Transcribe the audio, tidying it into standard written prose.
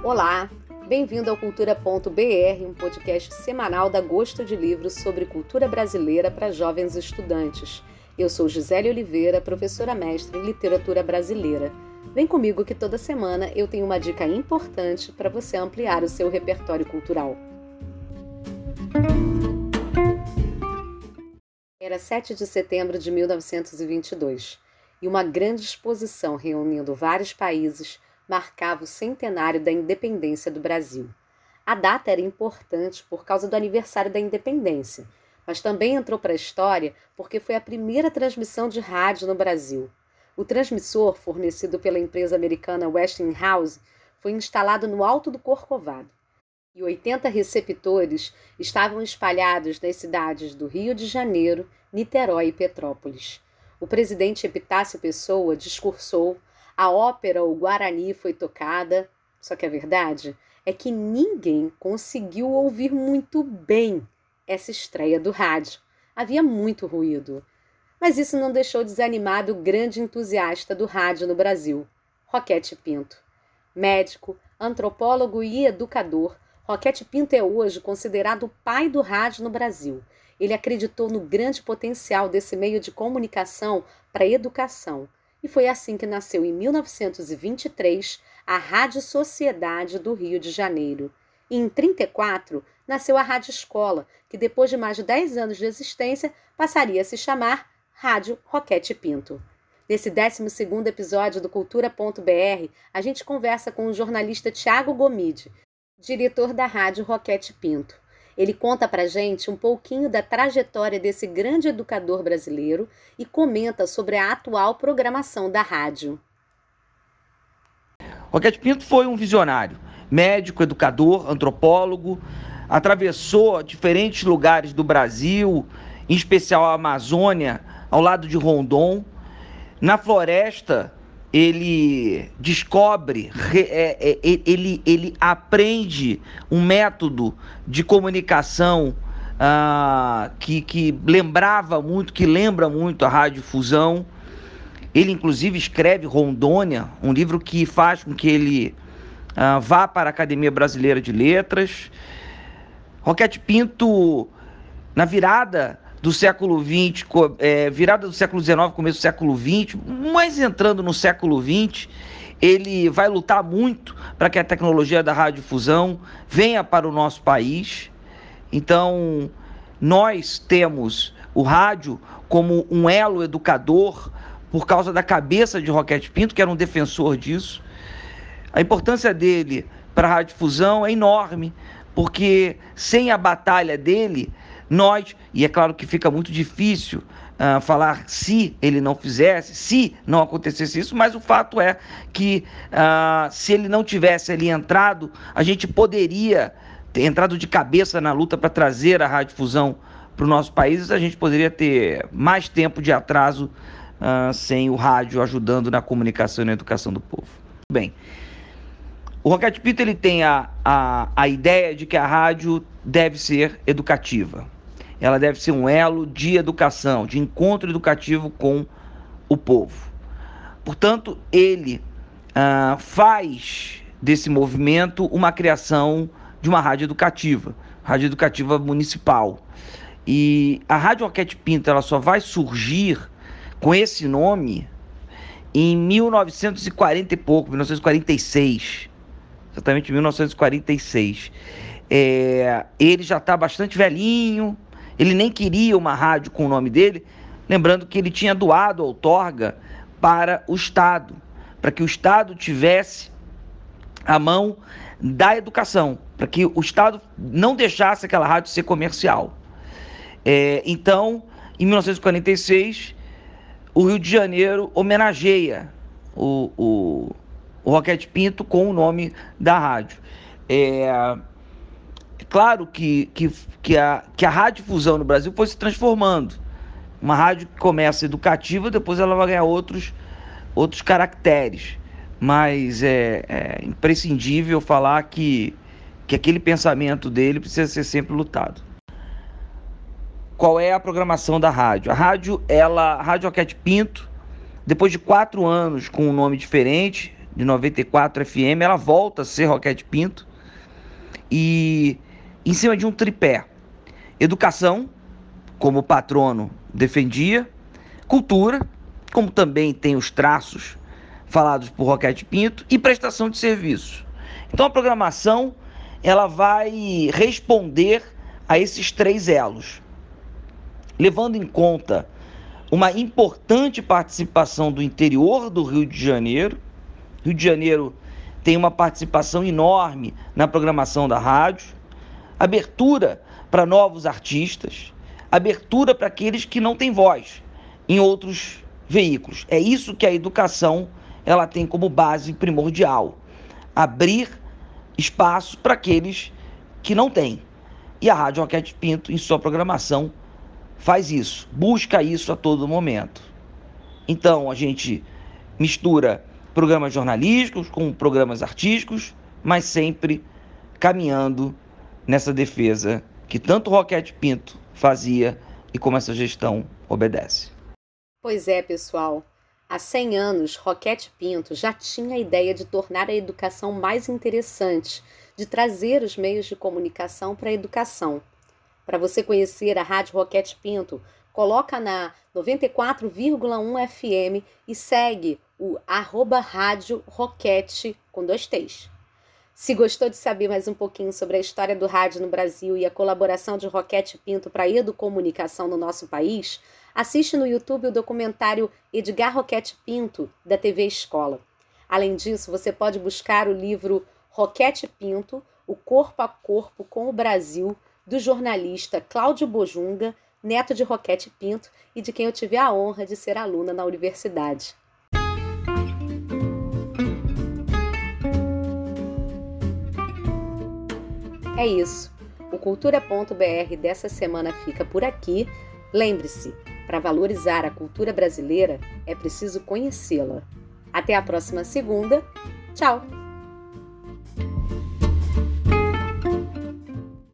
Olá, bem-vindo ao Cultura.br, um podcast semanal da Gosto de Livros sobre cultura brasileira para jovens estudantes. Eu sou Gisele Oliveira, professora mestre em literatura brasileira. Vem comigo que toda semana eu tenho uma dica importante para você ampliar o seu repertório cultural. Era 7 de setembro de 1922 e uma grande exposição reunindo vários países marcava o centenário da independência do Brasil. A data era importante por causa do aniversário da independência, mas também entrou para a história porque foi a primeira transmissão de rádio no Brasil. O transmissor, fornecido pela empresa americana Westinghouse, foi instalado no alto do Corcovado. E 80 receptores estavam espalhados nas cidades do Rio de Janeiro, Niterói e Petrópolis. O presidente Epitácio Pessoa discursou, a ópera O Guarani foi tocada, só que a verdade é que ninguém conseguiu ouvir muito bem essa estreia do rádio. Havia muito ruído. Mas isso não deixou desanimado o grande entusiasta do rádio no Brasil, Roquete Pinto. Médico, antropólogo e educador, Roquete Pinto é hoje considerado o pai do rádio no Brasil. Ele acreditou no grande potencial desse meio de comunicação para a educação. E foi assim que nasceu em 1923 a Rádio Sociedade do Rio de Janeiro. E em 1934 nasceu a Rádio Escola, que depois de mais de 10 anos de existência passaria a se chamar Rádio Roquete Pinto. Nesse 12º episódio do Cultura.br, a gente conversa com o jornalista Tiago Gomide, diretor da Rádio Roquete Pinto. Ele conta pra gente um pouquinho da trajetória desse grande educador brasileiro e comenta sobre a atual programação da rádio. Roquete Pinto foi um visionário, médico, educador, antropólogo, atravessou diferentes lugares do Brasil, em especial a Amazônia, ao lado de Rondon. Na floresta, ele descobre, ele aprende um método de comunicação que lembra muito a radiodifusão. Ele, inclusive, escreve Rondônia, um livro que faz com que ele vá para a Academia Brasileira de Letras. Roquete Pinto, na virada do século XX, virada do século XIX, começo do século XX, mas entrando no século XX, ele vai lutar muito para que a tecnologia da radiodifusão venha para o nosso país. Então, nós temos o rádio como um elo educador por causa da cabeça de Roquete Pinto, que era um defensor disso. A importância dele para a radiodifusão é enorme, porque sem a batalha dele, nós, e é claro que fica muito difícil falar se ele não fizesse, se não acontecesse isso, mas o fato é que se ele não tivesse ali entrado, a gente poderia ter entrado de cabeça na luta para trazer a radiodifusão para o nosso país, a gente poderia ter mais tempo de atraso sem o rádio ajudando na comunicação e na educação do povo. Bem, o Roquete Pinto ele tem a ideia de que a rádio deve ser educativa. Ela deve ser um elo de educação, de encontro educativo com o povo. Portanto, ele faz desse movimento uma criação de uma rádio educativa municipal. E a Rádio Roquete Pinto ela só vai surgir com esse nome em 1940 e pouco, 1946. Exatamente 1946. Ele já está bastante velhinho. Ele nem queria uma rádio com o nome dele, lembrando que ele tinha doado a outorga para o Estado, para que o Estado tivesse a mão da educação, para que o Estado não deixasse aquela rádio ser comercial. Então, em 1946, o Rio de Janeiro homenageia o Roquete Pinto com o nome da rádio. Claro que a radiodifusão no Brasil foi se transformando. Uma rádio que começa educativa, depois ela vai ganhar outros caracteres. Mas é imprescindível falar que aquele pensamento dele precisa ser sempre lutado. Qual é a programação da rádio? A Rádio Roquete Pinto, depois de 4 anos com um nome diferente, de 94 FM, ela volta a ser Roquete Pinto, e em cima de um tripé: educação, como o patrono defendia, cultura, como também tem os traços falados por Roquete Pinto, e prestação de serviço. Então a programação, ela vai responder a esses três elos, levando em conta uma importante participação do interior do Rio de Janeiro. Rio de Janeiro tem uma participação enorme na programação da rádio, abertura para novos artistas, abertura para aqueles que não têm voz em outros veículos. É isso que a educação ela tem como base primordial: abrir espaço para aqueles que não têm. E a Rádio Roquete Pinto, em sua programação, faz isso, busca isso a todo momento. Então a gente mistura programas jornalísticos com programas artísticos, mas sempre caminhando nessa defesa que tanto Roquete Pinto fazia e como essa gestão obedece. Pois é, pessoal. Há 100 anos, Roquete Pinto já tinha a ideia de tornar a educação mais interessante, de trazer os meios de comunicação para a educação. Para você conhecer a Rádio Roquete Pinto, coloca na 94,1 FM e segue o @Rádio Roquete com 2 T's. Se gostou de saber mais um pouquinho sobre a história do rádio no Brasil e a colaboração de Roquete Pinto para a educomunicação no nosso país, assiste no YouTube o documentário Edgar Roquete Pinto, da TV Escola. Além disso, você pode buscar o livro Roquete Pinto, o Corpo a Corpo com o Brasil, do jornalista Cláudio Bojunga, neto de Roquete Pinto e de quem eu tive a honra de ser aluna na universidade. É isso. O Cultura.br dessa semana fica por aqui. Lembre-se, para valorizar a cultura brasileira, é preciso conhecê-la. Até a próxima segunda. Tchau!